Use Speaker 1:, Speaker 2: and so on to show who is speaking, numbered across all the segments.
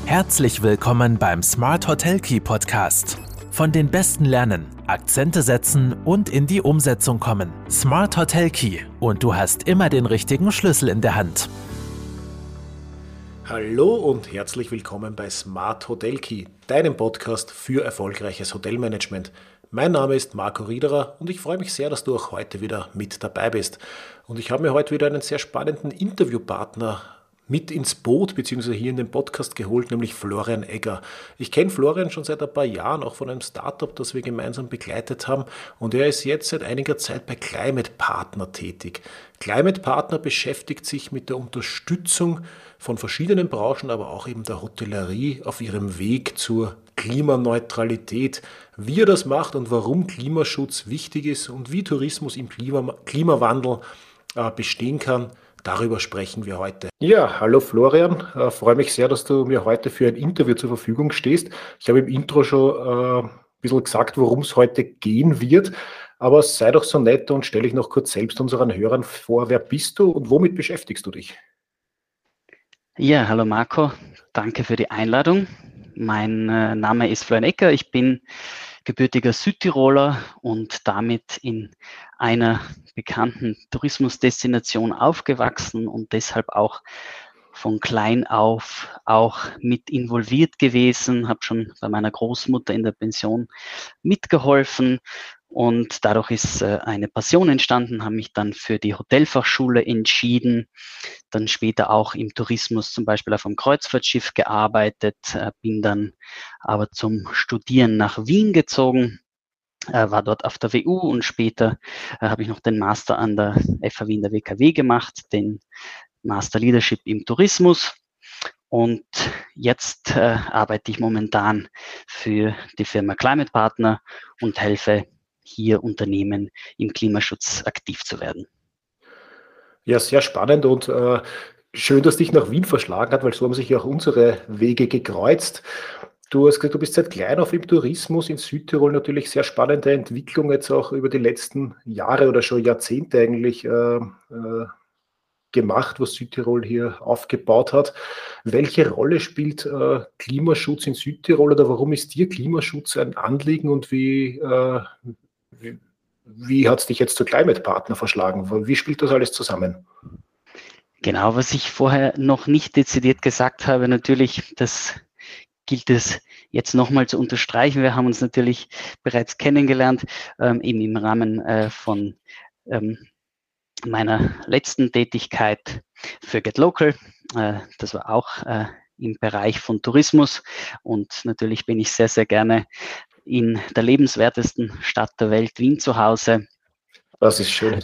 Speaker 1: Herzlich willkommen beim Smart Hotel Key Podcast. Von den Besten lernen, Akzente setzen und in die Umsetzung kommen. Smart Hotel Key und du hast immer den richtigen Schlüssel in der Hand.
Speaker 2: Hallo und herzlich willkommen bei Smart Hotel Key, deinem Podcast für erfolgreiches Hotelmanagement. Mein Name ist Marco Riederer und ich freue mich sehr, dass du auch heute wieder mit dabei bist. Und ich habe mir heute wieder einen sehr spannenden Interviewpartner mit ins Boot bzw. hier in den Podcast geholt, nämlich Florian Egger. Ich kenne Florian schon seit ein paar Jahren, auch von einem Startup, das wir gemeinsam begleitet haben, und er ist jetzt seit einiger Zeit bei Climate Partner tätig. Climate Partner beschäftigt sich mit der Unterstützung von verschiedenen Branchen, aber auch eben der Hotellerie auf ihrem Weg zur Klimaneutralität. Wie er das macht und warum Klimaschutz wichtig ist und wie Tourismus im Klimawandel bestehen kann, darüber sprechen wir heute. Ja, hallo Florian, freue mich sehr, dass du mir heute für ein Interview zur Verfügung stehst. Ich habe im Intro schon ein bisschen gesagt, worum es heute gehen wird, aber sei doch so nett und stelle dich noch kurz selbst unseren Hörern vor. Wer bist du und womit beschäftigst du dich?
Speaker 3: Ja, hallo Marco, danke für die Einladung. Mein Name ist Florian Egger, ich bin gebürtiger Südtiroler und damit in einer bekannten Tourismusdestination aufgewachsen und deshalb auch von klein auf auch mit involviert gewesen, habe schon bei meiner Großmutter in der Pension mitgeholfen und dadurch ist eine Passion entstanden, habe mich dann für die Hotelfachschule entschieden, dann später auch im Tourismus zum Beispiel auf einem Kreuzfahrtschiff gearbeitet, bin dann aber zum Studieren nach Wien gezogen, war dort auf der WU und später habe ich noch den Master an der FH Wien der WKW gemacht, den Master Leadership im Tourismus. Und jetzt arbeite ich momentan für die Firma Climate Partner und helfe hier Unternehmen im Klimaschutz aktiv zu werden.
Speaker 2: Ja, sehr spannend und schön, dass dich nach Wien verschlagen hat, weil so haben sich ja auch unsere Wege gekreuzt. Du hast gesagt, du bist seit klein auf im Tourismus in Südtirol, natürlich sehr spannende Entwicklung jetzt auch über die letzten Jahre oder schon Jahrzehnte eigentlich gemacht, was Südtirol hier aufgebaut hat. Welche Rolle spielt Klimaschutz in Südtirol oder warum ist dir Klimaschutz ein Anliegen und wie hat es dich jetzt zu Climate Partner verschlagen? Wie spielt das alles zusammen?
Speaker 3: Genau, was ich vorher noch nicht dezidiert gesagt habe, natürlich, das gilt es jetzt nochmal zu unterstreichen. Wir haben uns natürlich bereits kennengelernt, eben im Rahmen von meiner letzten Tätigkeit für Get Local. Das war auch im Bereich von Tourismus und natürlich bin ich sehr, sehr gerne in der lebenswertesten Stadt der Welt, Wien, zu Hause.
Speaker 2: Das ist schön.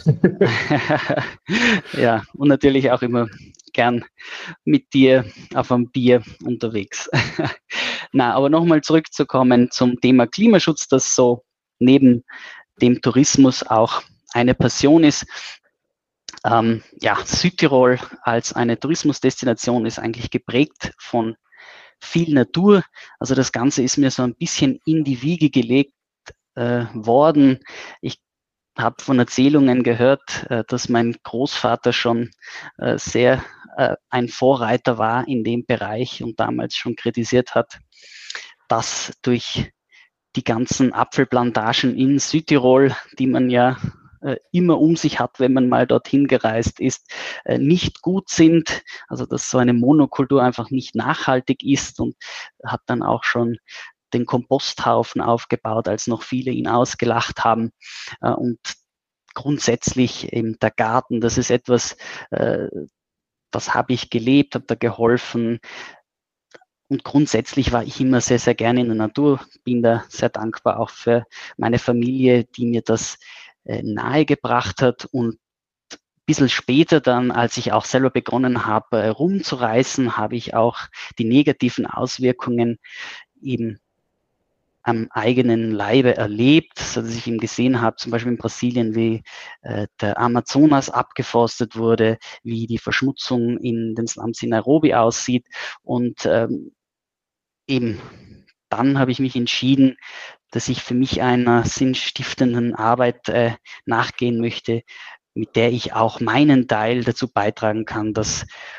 Speaker 3: Ja, und natürlich auch immer gern mit dir auf einem Bier unterwegs. Na, aber nochmal zurückzukommen zum Thema Klimaschutz, das so neben dem Tourismus auch eine Passion ist. Ja, Südtirol als eine Tourismusdestination ist eigentlich geprägt von viel Natur. Also das Ganze ist mir so ein bisschen in die Wiege gelegt worden. Ich habe von Erzählungen gehört, dass mein Großvater schon sehr ein Vorreiter war in dem Bereich und damals schon kritisiert hat, dass durch die ganzen Apfelplantagen in Südtirol, die man ja immer um sich hat, wenn man mal dorthin gereist ist, nicht gut sind. Also dass so eine Monokultur einfach nicht nachhaltig ist und hat dann auch schon den Komposthaufen aufgebaut, als noch viele ihn ausgelacht haben. Und grundsätzlich eben der Garten, das ist etwas, das habe ich gelebt, habe da geholfen. Und grundsätzlich war ich immer sehr, sehr gerne in der Natur, bin da sehr dankbar auch für meine Familie, die mir das nahegebracht hat. Und ein bisschen später dann, als ich auch selber begonnen habe, rumzureisen, habe ich auch die negativen Auswirkungen eben am eigenen Leibe erlebt, so dass ich eben gesehen habe, zum Beispiel in Brasilien, wie der Amazonas abgeforstet wurde, wie die Verschmutzung in den Slums in Nairobi aussieht. Und eben dann habe ich mich entschieden, dass ich für mich einer sinnstiftenden Arbeit nachgehen möchte, mit der ich auch meinen Teil dazu beitragen kann, dass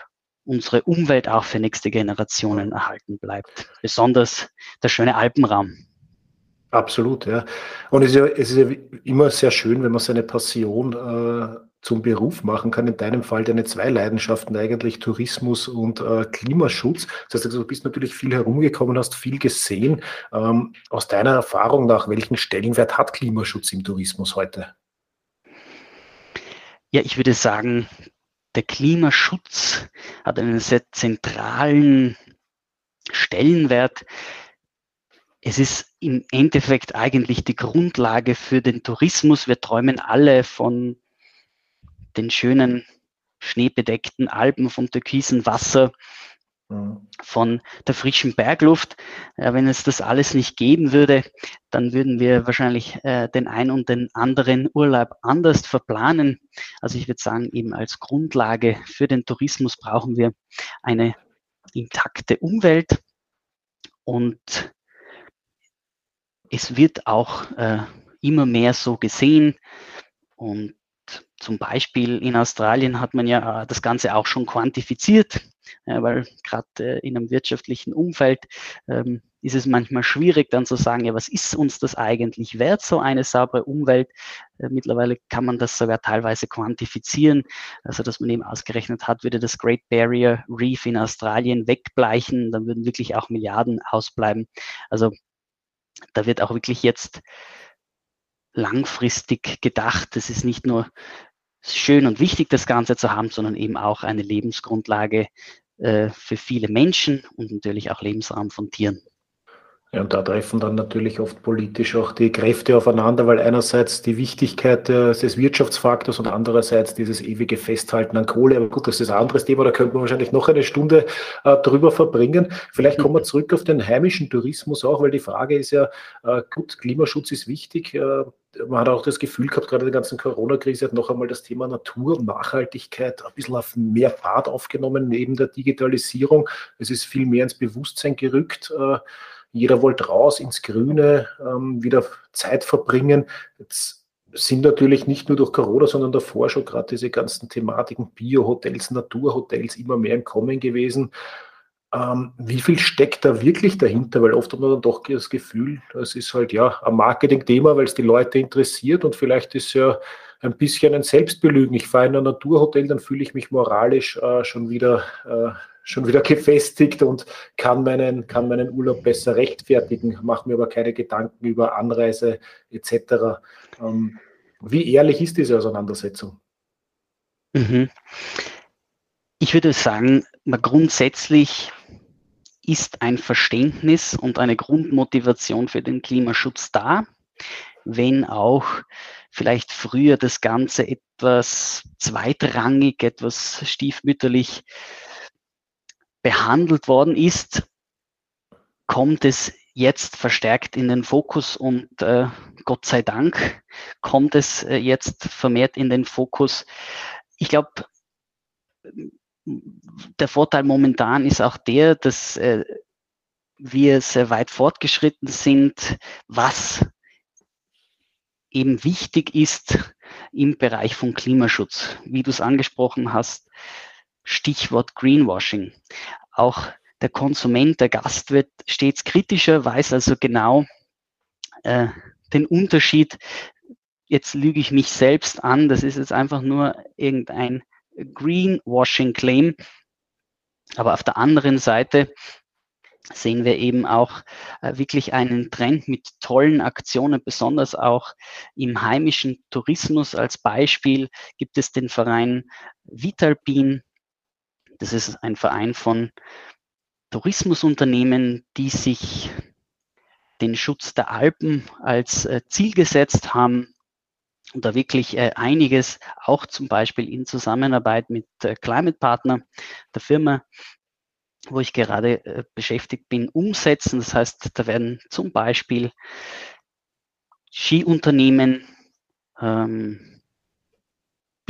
Speaker 3: unsere Umwelt auch für nächste Generationen erhalten bleibt. Besonders der schöne Alpenraum.
Speaker 2: Absolut, ja. Und es ist ja immer sehr schön, wenn man seine Passion zum Beruf machen kann. In deinem Fall deine zwei Leidenschaften eigentlich, Tourismus und Klimaschutz. Das heißt, also, du bist natürlich viel herumgekommen, hast viel gesehen. Aus deiner Erfahrung nach, welchen Stellenwert hat Klimaschutz im Tourismus heute?
Speaker 3: Ja, ich würde sagen, der Klimaschutz hat einen sehr zentralen Stellenwert. Es ist im Endeffekt eigentlich die Grundlage für den Tourismus. Wir träumen alle von den schönen schneebedeckten Alpen, vom türkisen Wasser, von der frischen Bergluft. Wenn es das alles nicht geben würde, dann würden wir wahrscheinlich den ein und den anderen Urlaub anders verplanen. Also ich würde sagen, eben als Grundlage für den Tourismus brauchen wir eine intakte Umwelt, und es wird auch immer mehr so gesehen. Und zum Beispiel in Australien hat man ja das Ganze auch schon quantifiziert, weil gerade in einem wirtschaftlichen Umfeld ist es manchmal schwierig dann zu sagen, ja, was ist uns das eigentlich wert, so eine saubere Umwelt? Mittlerweile kann man das sogar teilweise quantifizieren, also dass man eben ausgerechnet hat, würde das Great Barrier Reef in Australien wegbleichen, dann würden wirklich auch Milliarden ausbleiben. Also da wird auch wirklich jetzt langfristig gedacht. Es ist nicht nur schön und wichtig, das Ganze zu haben, sondern eben auch eine Lebensgrundlage für viele Menschen und natürlich auch Lebensraum von Tieren.
Speaker 2: Ja, und da treffen dann natürlich oft politisch auch die Kräfte aufeinander, weil einerseits die Wichtigkeit des Wirtschaftsfaktors und andererseits dieses ewige Festhalten an Kohle. Aber gut, das ist ein anderes Thema, da könnte man wahrscheinlich noch eine Stunde drüber verbringen. Vielleicht kommen wir zurück auf den heimischen Tourismus auch, weil die Frage ist ja, gut, Klimaschutz ist wichtig. Man hat auch das Gefühl gehabt, gerade in der ganzen Corona-Krise hat noch einmal das Thema Natur und Nachhaltigkeit ein bisschen auf mehr Fahrt aufgenommen, neben der Digitalisierung. Es ist viel mehr ins Bewusstsein gerückt. Jeder wollte raus ins Grüne, wieder Zeit verbringen. Jetzt sind natürlich nicht nur durch Corona, sondern davor schon gerade diese ganzen Thematiken, Bio-Hotels, Naturhotels immer mehr im Kommen gewesen. Wie viel steckt da wirklich dahinter? Weil oft hat man dann doch das Gefühl, es ist halt ja ein Marketingthema, weil es die Leute interessiert, und vielleicht ist ja ein bisschen ein Selbstbelügen. Ich fahre in ein Naturhotel, dann fühle ich mich moralisch schon wieder gefestigt und kann meinen Urlaub besser rechtfertigen, mache mir aber keine Gedanken über Anreise etc. Wie ehrlich ist diese Auseinandersetzung?
Speaker 3: Mhm. Ich würde sagen, grundsätzlich ist ein Verständnis und eine Grundmotivation für den Klimaschutz da, wenn auch vielleicht früher das Ganze etwas zweitrangig, etwas stiefmütterlich behandelt worden ist, kommt es jetzt verstärkt in den Fokus, und Gott sei Dank kommt es jetzt vermehrt in den Fokus. Ich glaube, der Vorteil momentan ist auch der, dass wir sehr weit fortgeschritten sind, was eben wichtig ist im Bereich von Klimaschutz. Wie du es angesprochen hast, Stichwort Greenwashing. Auch der Konsument, der Gast wird stets kritischer, weiß also genau den Unterschied. Jetzt lüge ich mich selbst an, das ist jetzt einfach nur irgendein Greenwashing-Claim. Aber auf der anderen Seite sehen wir eben auch wirklich einen Trend mit tollen Aktionen, besonders auch im heimischen Tourismus. Als Beispiel gibt es den Verein Vitalpin. Das ist ein Verein von Tourismusunternehmen, die sich den Schutz der Alpen als Ziel gesetzt haben und da wirklich einiges, auch zum Beispiel in Zusammenarbeit mit Climate Partner, der Firma, wo ich gerade beschäftigt bin, umsetzen. Das heißt, da werden zum Beispiel Skiunternehmen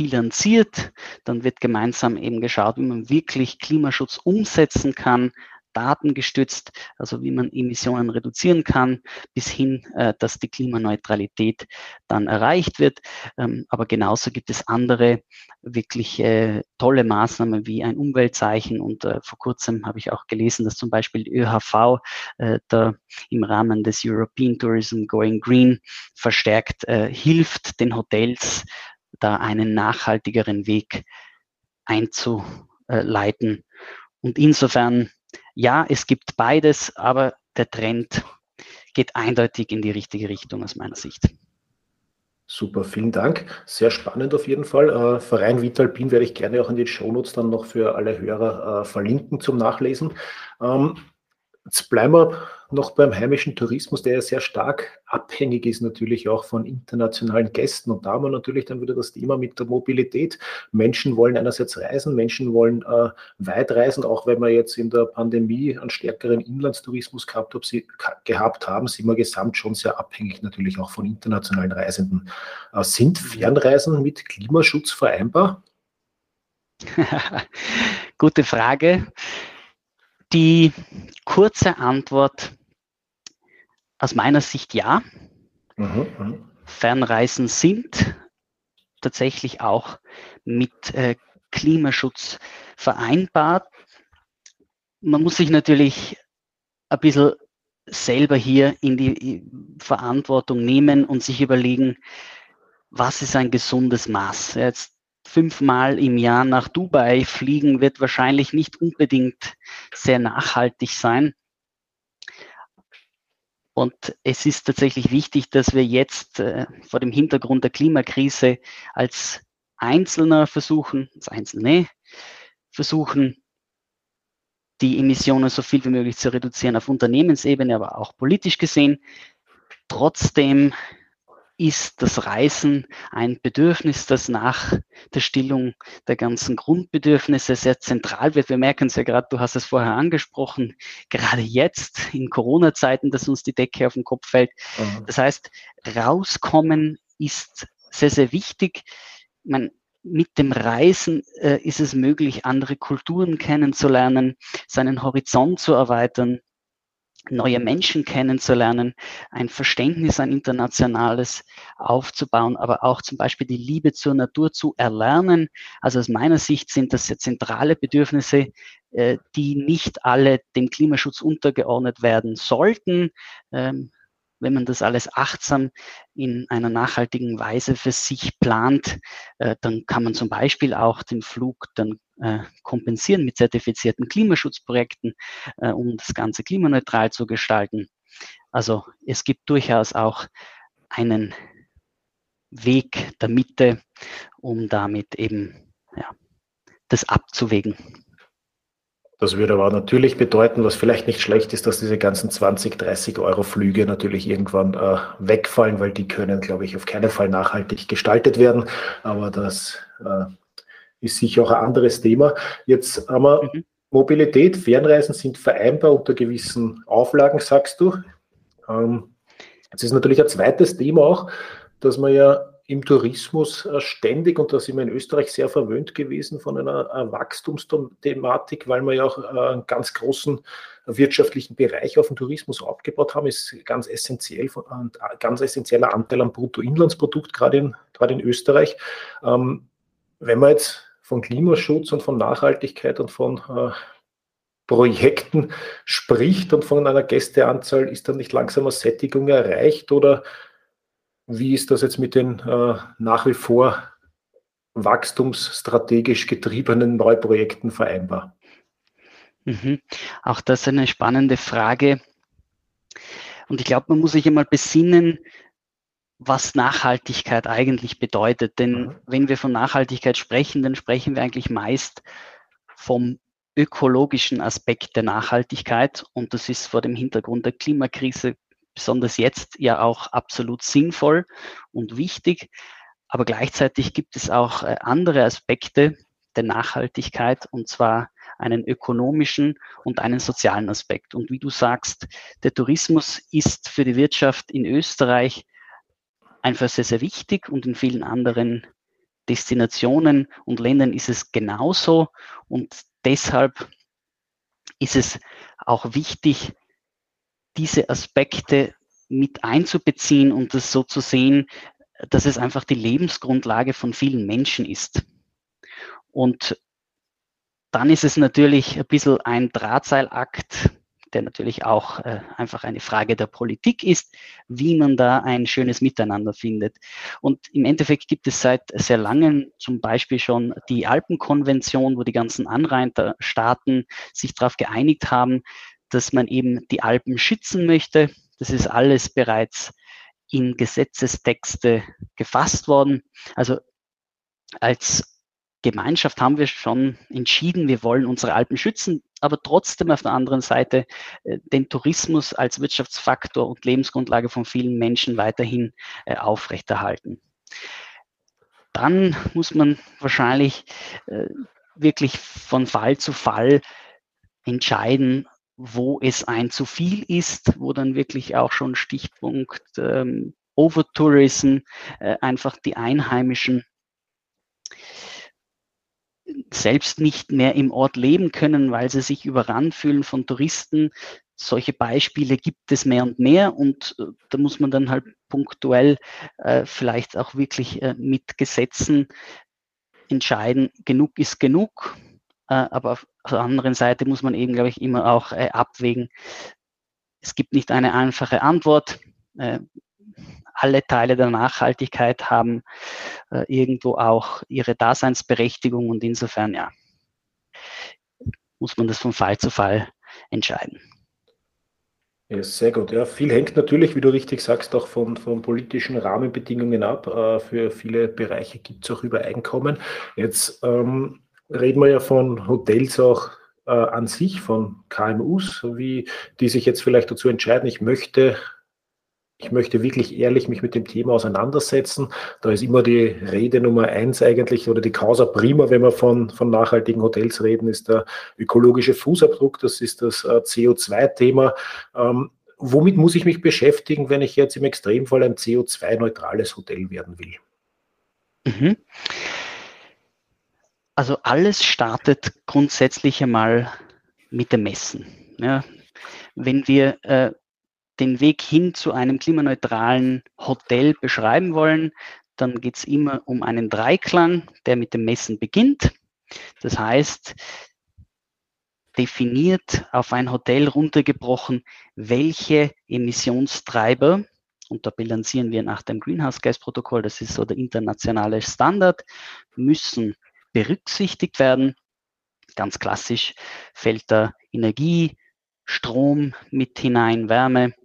Speaker 3: bilanziert, dann wird gemeinsam eben geschaut, wie man wirklich Klimaschutz umsetzen kann. datengestützt, also wie man Emissionen reduzieren kann, bis hin, dass die Klimaneutralität dann erreicht wird. Aber genauso gibt es andere wirklich tolle Maßnahmen wie ein Umweltzeichen. Und vor kurzem habe ich auch gelesen, dass zum Beispiel die ÖHV da im Rahmen des European Tourism Going Green verstärkt hilft, den Hotels da einen nachhaltigeren Weg einzuleiten. Und insofern, ja, es gibt beides, aber der Trend geht eindeutig in die richtige Richtung aus meiner Sicht.
Speaker 2: Super, vielen Dank. Sehr spannend auf jeden Fall. Verein Vitalpin werde ich gerne auch in den Shownotes dann noch für alle Hörer verlinken zum Nachlesen. Jetzt bleiben wir noch beim heimischen Tourismus, der ja sehr stark abhängig ist natürlich auch von internationalen Gästen. Und da haben wir natürlich dann wieder das Thema mit der Mobilität. Menschen wollen einerseits reisen, Menschen wollen weit reisen, auch wenn wir jetzt in der Pandemie einen stärkeren Inlandstourismus gehabt haben, sind wir gesamt schon sehr abhängig natürlich auch von internationalen Reisenden. Sind Fernreisen mit Klimaschutz vereinbar?
Speaker 3: Gute Frage. Die kurze Antwort aus meiner Sicht ja. Fernreisen sind tatsächlich auch mit Klimaschutz vereinbart. Man muss sich natürlich ein bisschen selber hier in die Verantwortung nehmen und sich überlegen, was ist ein gesundes Maß? Jetzt 5-mal im Jahr nach Dubai fliegen wird wahrscheinlich nicht unbedingt sehr nachhaltig sein. Und es ist tatsächlich wichtig, dass wir jetzt vor dem Hintergrund der Klimakrise als Einzelne versuchen, die Emissionen so viel wie möglich zu reduzieren auf Unternehmensebene, aber auch politisch gesehen. Trotzdem ist das Reisen ein Bedürfnis, das nach der Stillung der ganzen Grundbedürfnisse sehr zentral wird. Wir merken es ja gerade, du hast es vorher angesprochen, gerade jetzt in Corona-Zeiten, dass uns die Decke auf den Kopf fällt. Das heißt, rauskommen ist sehr, sehr wichtig. Mit dem Reisen ist es möglich, andere Kulturen kennenzulernen, seinen Horizont zu erweitern, neue Menschen kennenzulernen, ein Verständnis, ein internationales aufzubauen, aber auch zum Beispiel die Liebe zur Natur zu erlernen. Also aus meiner Sicht sind das sehr zentrale Bedürfnisse, die nicht alle dem Klimaschutz untergeordnet werden sollten. Wenn man das alles achtsam in einer nachhaltigen Weise für sich plant, dann kann man zum Beispiel auch den Flug dann kompensieren mit zertifizierten Klimaschutzprojekten, um das Ganze klimaneutral zu gestalten. Also es gibt durchaus auch einen Weg der Mitte, um damit eben das abzuwägen.
Speaker 2: Das würde aber natürlich bedeuten, was vielleicht nicht schlecht ist, dass diese ganzen 20, 30 Euro Flüge natürlich irgendwann wegfallen, weil die können, glaube ich, auf keinen Fall nachhaltig gestaltet werden. Aber das ist sicher auch ein anderes Thema. Jetzt haben wir Mobilität, Fernreisen sind vereinbar unter gewissen Auflagen, sagst du. Jetzt ist natürlich ein zweites Thema auch, dass man ja im Tourismus ständig, und da sind wir in Österreich sehr verwöhnt gewesen von einer Wachstumsthematik, weil wir ja auch einen ganz großen wirtschaftlichen Bereich auf den Tourismus aufgebaut haben, ist ganz essentiell, ein ganz essentieller Anteil am Bruttoinlandsprodukt, gerade in Österreich. Wenn man jetzt von Klimaschutz und von Nachhaltigkeit und von Projekten spricht und von einer Gästeanzahl, ist dann nicht langsam eine Sättigung erreicht, oder wie ist das jetzt mit den nach wie vor wachstumsstrategisch getriebenen Neuprojekten vereinbar?
Speaker 3: Auch das ist eine spannende Frage. Und ich glaube, man muss sich einmal besinnen, was Nachhaltigkeit eigentlich bedeutet. Denn wenn wir von Nachhaltigkeit sprechen, dann sprechen wir eigentlich meist vom ökologischen Aspekt der Nachhaltigkeit. Und das ist vor dem Hintergrund der Klimakrise besonders jetzt ja auch absolut sinnvoll und wichtig. Aber gleichzeitig gibt es auch andere Aspekte der Nachhaltigkeit, und zwar einen ökonomischen und einen sozialen Aspekt. Und wie du sagst, der Tourismus ist für die Wirtschaft in Österreich einfach sehr, sehr wichtig, und in vielen anderen Destinationen und Ländern ist es genauso. Und deshalb ist es auch wichtig, diese Aspekte mit einzubeziehen und das so zu sehen, dass es einfach die Lebensgrundlage von vielen Menschen ist. Und dann ist es natürlich ein bisschen ein Drahtseilakt, der natürlich auch einfach eine Frage der Politik ist, wie man da ein schönes Miteinander findet. Und im Endeffekt gibt es seit sehr langem zum Beispiel schon die Alpenkonvention, wo die ganzen Anrainerstaaten sich darauf geeinigt haben, dass man eben die Alpen schützen möchte. Das ist alles bereits in Gesetzestexte gefasst worden. Also als Gemeinschaft haben wir schon entschieden, wir wollen unsere Alpen schützen, aber trotzdem auf der anderen Seite den Tourismus als Wirtschaftsfaktor und Lebensgrundlage von vielen Menschen weiterhin aufrechterhalten. Dann muss man wahrscheinlich wirklich von Fall zu Fall entscheiden, wo es ein zu viel ist, wo dann wirklich auch schon Stichpunkt Overtourism, einfach die Einheimischen selbst nicht mehr im Ort leben können, weil sie sich überrannt fühlen von Touristen. Solche Beispiele gibt es mehr und mehr und da muss man dann halt punktuell vielleicht auch wirklich mit Gesetzen entscheiden, genug ist genug, aber auf der anderen Seite muss man eben, glaube ich, immer auch abwägen. Es gibt nicht eine einfache Antwort. Alle Teile der Nachhaltigkeit haben irgendwo auch ihre Daseinsberechtigung und insofern, ja, muss man das von Fall zu Fall entscheiden.
Speaker 2: Ja, sehr gut. Ja, viel hängt natürlich, wie du richtig sagst, auch von politischen Rahmenbedingungen ab. Für viele Bereiche gibt es auch Übereinkommen. Jetzt reden wir ja von Hotels auch an sich, von KMUs, wie die sich jetzt vielleicht dazu entscheiden, ich möchte wirklich ehrlich mich mit dem Thema auseinandersetzen. Da ist immer die Rede Nummer 1 eigentlich oder die Causa Prima, wenn wir von nachhaltigen Hotels reden, ist der ökologische Fußabdruck, das ist das CO2-Thema. Womit muss ich mich beschäftigen, wenn ich jetzt im Extremfall ein CO2-neutrales Hotel werden will?
Speaker 3: Mhm. Also alles startet grundsätzlich einmal mit dem Messen. Ja, wenn wir den Weg hin zu einem klimaneutralen Hotel beschreiben wollen, dann geht es immer um einen Dreiklang, der mit dem Messen beginnt. Das heißt, definiert auf ein Hotel runtergebrochen, welche Emissionstreiber, und da bilanzieren wir nach dem Greenhouse-Gas-Protokoll, das ist so der internationale Standard, müssen berücksichtigt werden. Ganz klassisch fällt da Energie, Strom mit hinein, Wärme,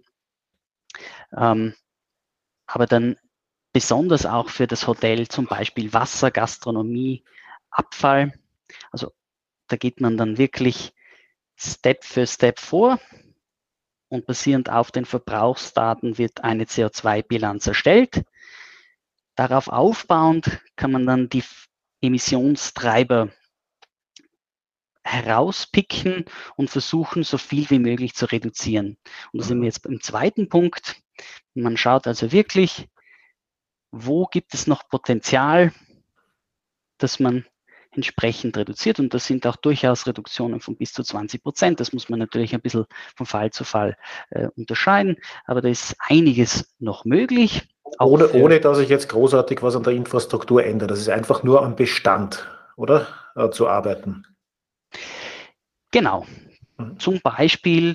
Speaker 3: aber dann besonders auch für das Hotel zum Beispiel Wasser, Gastronomie, Abfall. Also da geht man dann wirklich Step für Step vor und basierend auf den Verbrauchsdaten wird eine CO2-Bilanz erstellt. Darauf aufbauend kann man dann die Emissionstreiber herauspicken und versuchen, so viel wie möglich zu reduzieren. Und da sind wir jetzt im zweiten Punkt. Man schaut also wirklich, wo gibt es noch Potenzial, dass man entsprechend reduziert. Und das sind auch durchaus Reduktionen von bis zu 20%. Das muss man natürlich ein bisschen von Fall zu Fall unterscheiden. Aber da ist einiges noch möglich.
Speaker 2: Ohne dass ich jetzt großartig was an der Infrastruktur ändere. Das ist einfach nur am Bestand, oder? Zu arbeiten.
Speaker 3: Genau. Zum Beispiel,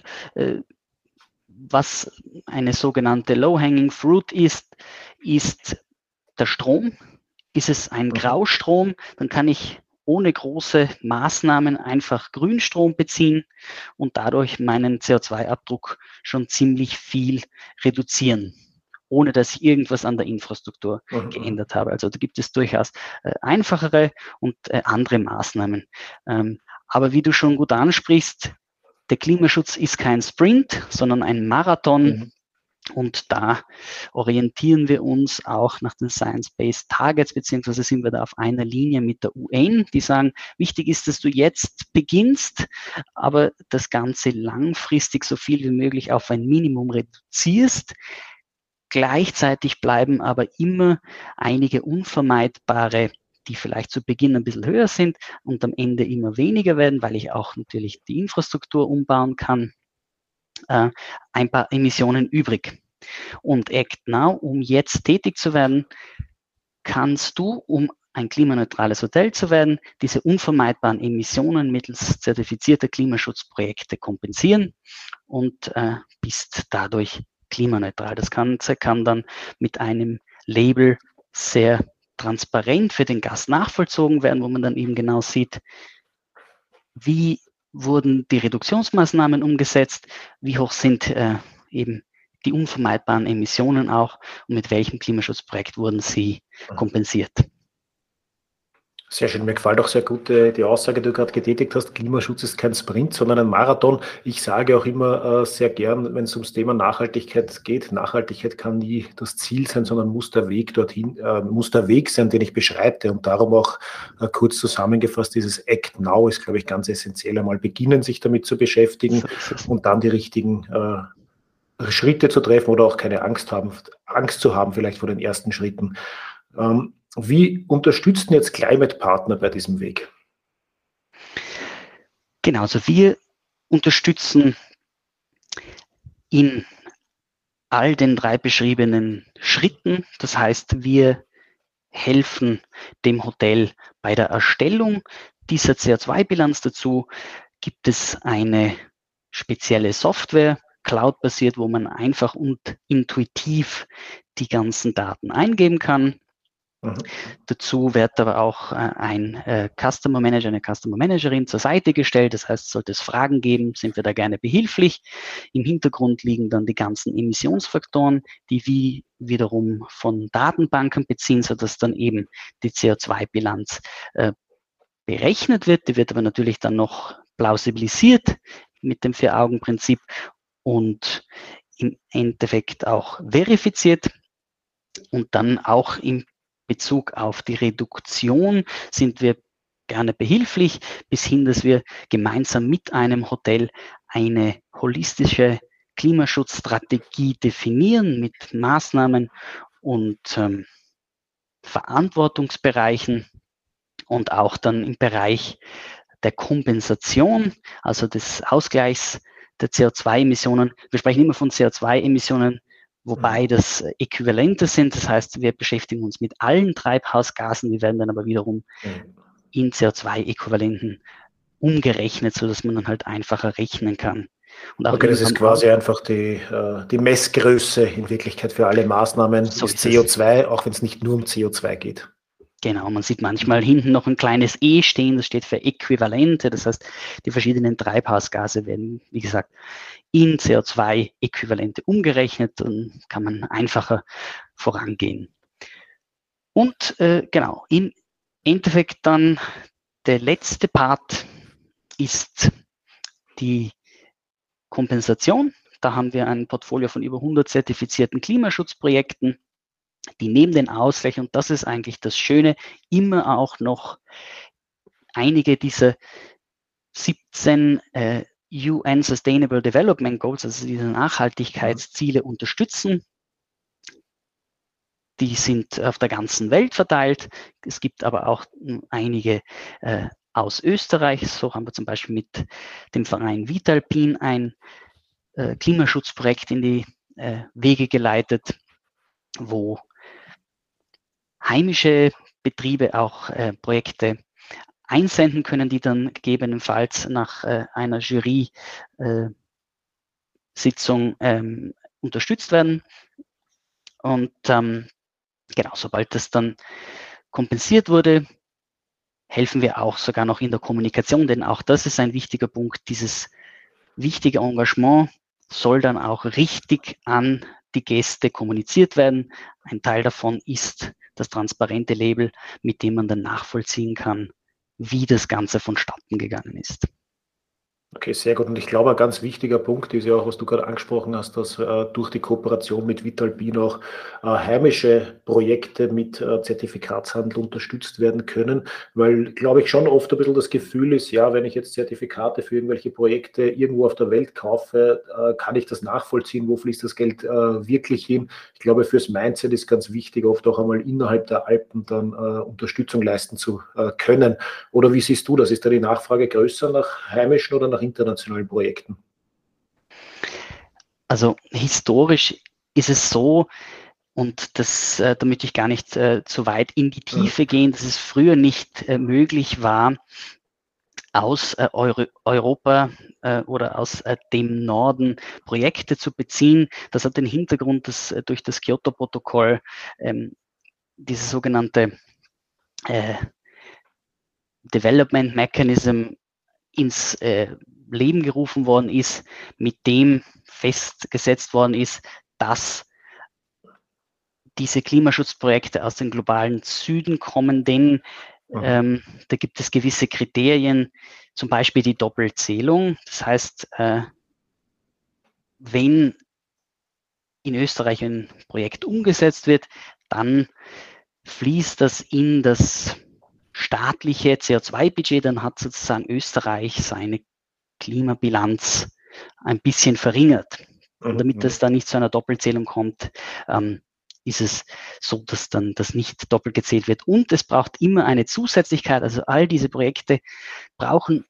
Speaker 3: was eine sogenannte Low-Hanging Fruit ist der Strom. Ist es ein Graustrom, dann kann ich ohne große Maßnahmen einfach Grünstrom beziehen und dadurch meinen CO2-Abdruck schon ziemlich viel reduzieren, ohne dass ich irgendwas an der Infrastruktur geändert habe. Also da gibt es durchaus einfachere und andere Maßnahmen. Aber wie du schon gut ansprichst, der Klimaschutz ist kein Sprint, sondern ein Marathon. Und da orientieren wir uns auch nach den Science-Based Targets, beziehungsweise sind wir da auf einer Linie mit der UN, die sagen, wichtig ist, dass du jetzt beginnst, aber das Ganze langfristig so viel wie möglich auf ein Minimum reduzierst. Gleichzeitig bleiben aber immer einige unvermeidbare die vielleicht zu Beginn ein bisschen höher sind und am Ende immer weniger werden, weil ich auch natürlich die Infrastruktur umbauen kann, ein paar Emissionen übrig. Und Act Now, um jetzt tätig zu werden, kannst du, um ein klimaneutrales Hotel zu werden, diese unvermeidbaren Emissionen mittels zertifizierter Klimaschutzprojekte kompensieren und bist dadurch klimaneutral. Das Ganze kann dann mit einem Label sehr transparent für den Gast nachvollzogen werden, wo man dann eben genau sieht, wie wurden die Reduktionsmaßnahmen umgesetzt, wie hoch sind eben die unvermeidbaren Emissionen auch und mit welchem Klimaschutzprojekt wurden sie kompensiert.
Speaker 2: Sehr schön. Mir gefällt auch sehr gut die Aussage, die du gerade getätigt hast. Klimaschutz ist kein Sprint, sondern ein Marathon. Ich sage auch immer sehr gern, wenn es ums Thema Nachhaltigkeit geht, Nachhaltigkeit kann nie das Ziel sein, sondern muss der Weg dorthin, muss der Weg sein, den ich beschreite. Und darum auch kurz zusammengefasst, dieses Act Now ist, glaube ich, ganz essentiell. Einmal beginnen, sich damit zu beschäftigen und dann die richtigen Schritte zu treffen oder auch keine Angst zu haben, vielleicht vor den ersten Schritten. Wie unterstützen jetzt Climate Partner bei diesem Weg?
Speaker 3: Genau, also wir unterstützen in all den 3 beschriebenen Schritten. Das heißt, wir helfen dem Hotel bei der Erstellung dieser CO2-Bilanz. Dazu gibt es eine spezielle Software, Cloud-basiert, wo man einfach und intuitiv die ganzen Daten eingeben kann. Dazu wird aber auch ein Customer Manager, eine Customer Managerin zur Seite gestellt. Das heißt, sollte es Fragen geben, sind wir da gerne behilflich. Im Hintergrund liegen dann die ganzen Emissionsfaktoren, die wiederum von Datenbanken beziehen, sodass dann eben die CO2-Bilanz berechnet wird. Die wird aber natürlich dann noch plausibilisiert mit dem 4-Augen-Prinzip und im Endeffekt auch verifiziert und dann auch im Bezug auf die Reduktion sind wir gerne behilflich, bis hin, dass wir gemeinsam mit einem Hotel eine holistische Klimaschutzstrategie definieren mit Maßnahmen und Verantwortungsbereichen und auch dann im Bereich der Kompensation, also des Ausgleichs der CO2-Emissionen. Wir sprechen immer von CO2-Emissionen, wobei das Äquivalente sind. Das heißt, wir beschäftigen uns mit allen Treibhausgasen, die werden dann aber wiederum in CO2-Äquivalenten umgerechnet, sodass man dann halt einfacher rechnen kann.
Speaker 2: Und auch okay, das ist quasi einfach die Messgröße in Wirklichkeit für alle Maßnahmen, so ist CO2, auch wenn es nicht nur um CO2 geht.
Speaker 3: Genau, man sieht manchmal hinten noch ein kleines E stehen, das steht für Äquivalente, das heißt, die verschiedenen Treibhausgase werden, wie gesagt, in CO2-Äquivalente umgerechnet, dann kann man einfacher vorangehen. Und genau, im Endeffekt dann der letzte Part ist die Kompensation. Da haben wir ein Portfolio von über 100 zertifizierten Klimaschutzprojekten, die neben den Ausgleich, und das ist eigentlich das Schöne, immer auch noch einige dieser 17 UN Sustainable Development Goals, also diese Nachhaltigkeitsziele unterstützen. Die sind auf der ganzen Welt verteilt. Es gibt aber auch einige aus Österreich. So haben wir zum Beispiel mit dem Verein Vitalpin ein Klimaschutzprojekt in die Wege geleitet, wo heimische Betriebe auch Projekte einsenden können, die dann gegebenenfalls nach einer Jury-Sitzung unterstützt werden. Und genau, sobald das dann kompensiert wurde, helfen wir auch sogar noch in der Kommunikation, denn auch das ist ein wichtiger Punkt. Dieses wichtige Engagement soll dann auch richtig an die Gäste kommuniziert werden. Ein Teil davon ist das transparente Label, mit dem man dann nachvollziehen kann, wie das Ganze vonstatten gegangen ist.
Speaker 2: Okay, sehr gut. Und ich glaube, ein ganz wichtiger Punkt ist ja auch, was du gerade angesprochen hast, dass durch die Kooperation mit Vitalpin auch heimische Projekte mit Zertifikatshandel unterstützt werden können, weil, glaube ich, schon oft ein bisschen das Gefühl ist, ja, wenn ich jetzt Zertifikate für irgendwelche Projekte irgendwo auf der Welt kaufe, kann ich das nachvollziehen, wo fließt das Geld wirklich hin. Ich glaube, fürs Mindset ist ganz wichtig, oft auch einmal innerhalb der Alpen dann Unterstützung leisten zu können. Oder wie siehst du das? Ist da die Nachfrage größer nach heimischen oder nach internationalen Projekten?
Speaker 3: Also historisch ist es so, und da möchte ich gar nicht zu weit in die Tiefe gehen, dass es früher nicht möglich war, aus Europa oder aus dem Norden Projekte zu beziehen. Das hat den Hintergrund, dass durch das Kyoto-Protokoll diese sogenannte Development Mechanism ins Leben gerufen worden ist, mit dem festgesetzt worden ist, dass diese Klimaschutzprojekte aus dem globalen Süden kommen, denn da gibt es gewisse Kriterien, zum Beispiel die Doppelzählung. Das heißt, wenn in Österreich ein Projekt umgesetzt wird, dann fließt das in das staatliche CO2-Budget, dann hat sozusagen Österreich seine Klimabilanz ein bisschen verringert. Und damit es da nicht zu einer Doppelzählung kommt, ist es so, dass dann das nicht doppelt gezählt wird. Und es braucht immer eine Zusätzlichkeit. Also all diese Projekte brauchen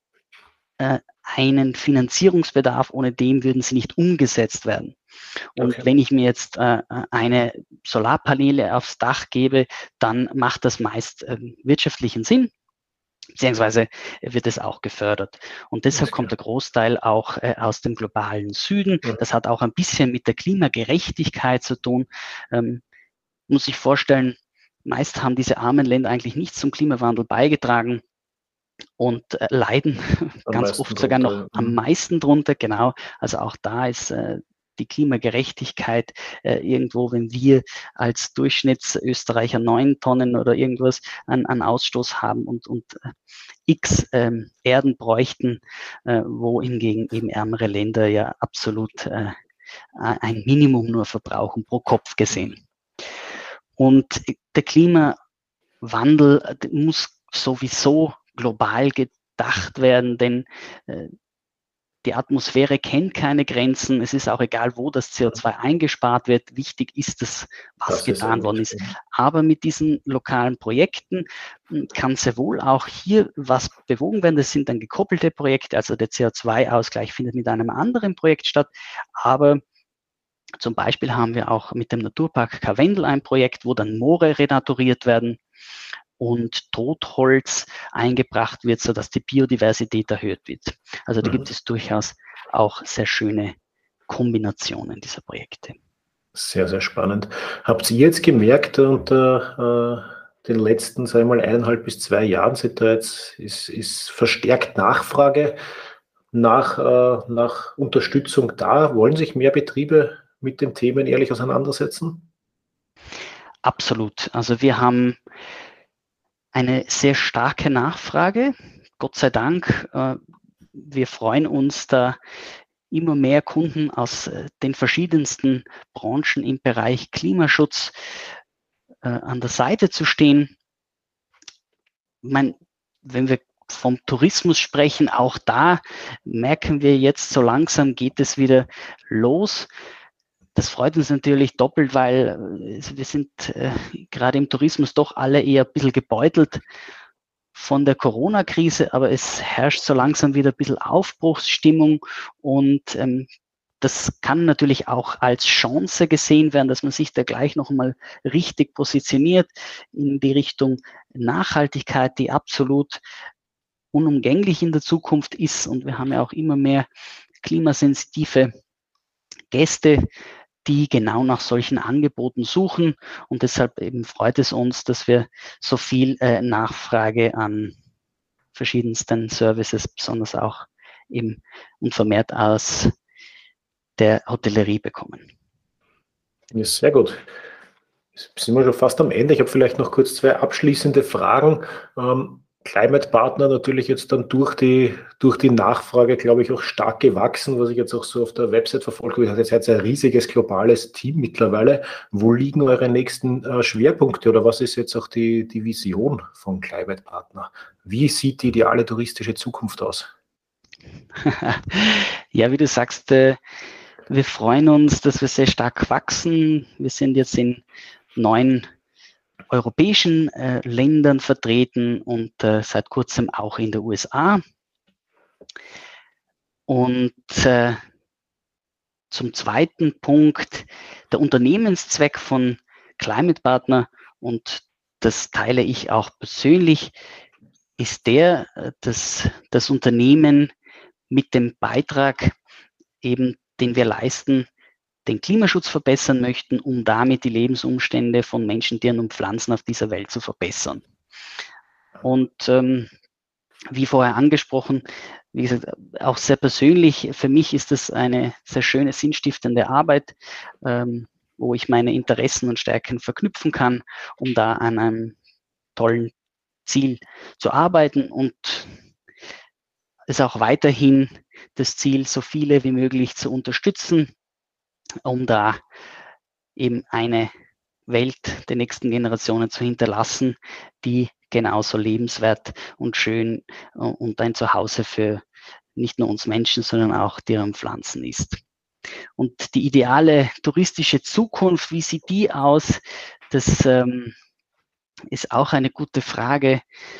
Speaker 3: einen Finanzierungsbedarf, ohne dem würden sie nicht umgesetzt werden. Und wenn ich mir jetzt eine Solarpaneele aufs Dach gebe, dann macht das meist wirtschaftlichen Sinn, beziehungsweise wird es auch gefördert. Und deshalb kommt der Großteil auch aus dem globalen Süden. Das hat auch ein bisschen mit der Klimagerechtigkeit zu tun. Muss ich vorstellen, meist haben diese armen Länder eigentlich nichts zum Klimawandel beigetragen und leiden ganz oft sogar noch am meisten drunter. Genau, also auch da ist die Klimagerechtigkeit irgendwo, wenn wir als Durchschnittsösterreicher 9 Tonnen oder irgendwas an Ausstoß haben und x Erden bräuchten, wo hingegen eben ärmere Länder ja absolut ein Minimum nur verbrauchen pro Kopf gesehen. Und der Klimawandel muss sowieso global gedacht werden, denn die Atmosphäre kennt keine Grenzen. Es ist auch egal, wo das CO2 eingespart wird. Wichtig ist es, was getan worden ist. Aber mit diesen lokalen Projekten kann sehr wohl auch hier was bewogen werden. Das sind dann gekoppelte Projekte. Also der CO2-Ausgleich findet mit einem anderen Projekt statt. Aber zum Beispiel haben wir auch mit dem Naturpark Karwendel ein Projekt, wo dann Moore renaturiert werden und Totholz eingebracht wird, sodass die Biodiversität erhöht wird. Also da gibt es durchaus auch sehr schöne Kombinationen dieser Projekte.
Speaker 2: Sehr, sehr spannend. Habt ihr jetzt gemerkt, unter den letzten, sagen wir mal, 1,5 bis 2 Jahren, sind da jetzt ist verstärkt Nachfrage nach Unterstützung da? Wollen sich mehr Betriebe mit den Themen ehrlich auseinandersetzen?
Speaker 3: Absolut. Also wir haben eine sehr starke Nachfrage, Gott sei Dank. Wir freuen uns, da immer mehr Kunden aus den verschiedensten Branchen im Bereich Klimaschutz an der Seite zu stehen. Ich meine, wenn wir vom Tourismus sprechen, auch da merken wir jetzt, so langsam geht es wieder los. Das freut uns natürlich doppelt, weil wir sind gerade im Tourismus doch alle eher ein bisschen gebeutelt von der Corona-Krise, aber es herrscht so langsam wieder ein bisschen Aufbruchsstimmung und das kann natürlich auch als Chance gesehen werden, dass man sich da gleich noch mal richtig positioniert in die Richtung Nachhaltigkeit, die absolut unumgänglich in der Zukunft ist. Und wir haben ja auch immer mehr klimasensitive Gäste, die genau nach solchen Angeboten suchen. Und deshalb eben freut es uns, dass wir so viel Nachfrage an verschiedensten Services, besonders auch eben und vermehrt aus der Hotellerie bekommen.
Speaker 2: Ja, sehr gut. Jetzt sind wir schon fast am Ende. Ich habe vielleicht noch kurz 2 abschließende Fragen. Climate Partner natürlich jetzt dann durch die Nachfrage, glaube ich, auch stark gewachsen, was ich jetzt auch so auf der Website verfolge. Ihr habt jetzt ein riesiges globales Team mittlerweile. Wo liegen eure nächsten Schwerpunkte oder was ist jetzt auch die Vision von Climate Partner? Wie sieht die ideale touristische Zukunft aus?
Speaker 3: Ja, wie du sagst, wir freuen uns, dass wir sehr stark wachsen. Wir sind jetzt in 9 europäischen Ländern vertreten und seit kurzem auch in der USA. Und zum zweiten Punkt, der Unternehmenszweck von Climate Partner, und das teile ich auch persönlich, ist der, dass das Unternehmen mit dem Beitrag eben, den wir leisten, den Klimaschutz verbessern möchten, um damit die Lebensumstände von Menschen, Tieren und Pflanzen auf dieser Welt zu verbessern. Und wie vorher angesprochen, wie gesagt, auch sehr persönlich, für mich ist das eine sehr schöne, sinnstiftende Arbeit, wo ich meine Interessen und Stärken verknüpfen kann, um da an einem tollen Ziel zu arbeiten, und es auch weiterhin das Ziel, so viele wie möglich zu unterstützen, um da eben eine Welt der nächsten Generationen zu hinterlassen, die genauso lebenswert und schön und ein Zuhause für nicht nur uns Menschen, sondern auch Tiere und Pflanzen ist. Und die ideale touristische Zukunft, wie sieht die aus? Das ist auch eine gute Frage.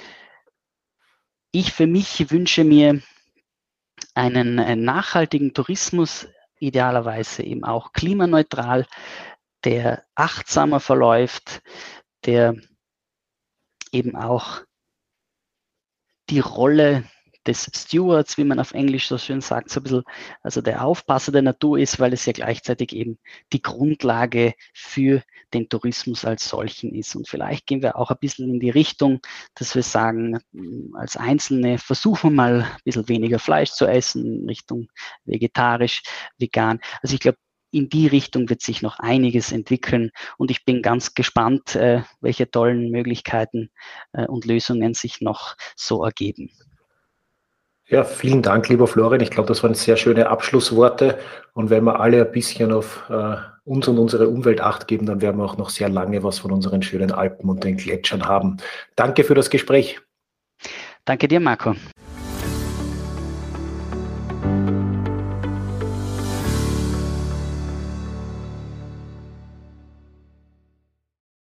Speaker 3: Ich für mich wünsche mir einen nachhaltigen Tourismus, idealerweise eben auch klimaneutral, der achtsamer verläuft, der eben auch die Rolle des Stewards, wie man auf Englisch so schön sagt, so ein bisschen, also der Aufpasser der Natur ist, weil es ja gleichzeitig eben die Grundlage für den Tourismus als solchen ist. Und vielleicht gehen wir auch ein bisschen in die Richtung, dass wir sagen, als Einzelne versuchen wir mal ein bisschen weniger Fleisch zu essen, in Richtung vegetarisch, vegan. Also ich glaube, in die Richtung wird sich noch einiges entwickeln, und ich bin ganz gespannt, welche tollen Möglichkeiten und Lösungen sich noch so ergeben.
Speaker 2: Ja, vielen Dank, lieber Florian. Ich glaube, das waren sehr schöne Abschlussworte. Und wenn wir alle ein bisschen auf uns und unsere Umwelt Acht geben, dann werden wir auch noch sehr lange was von unseren schönen Alpen und den Gletschern haben. Danke für das Gespräch.
Speaker 3: Danke dir, Marco.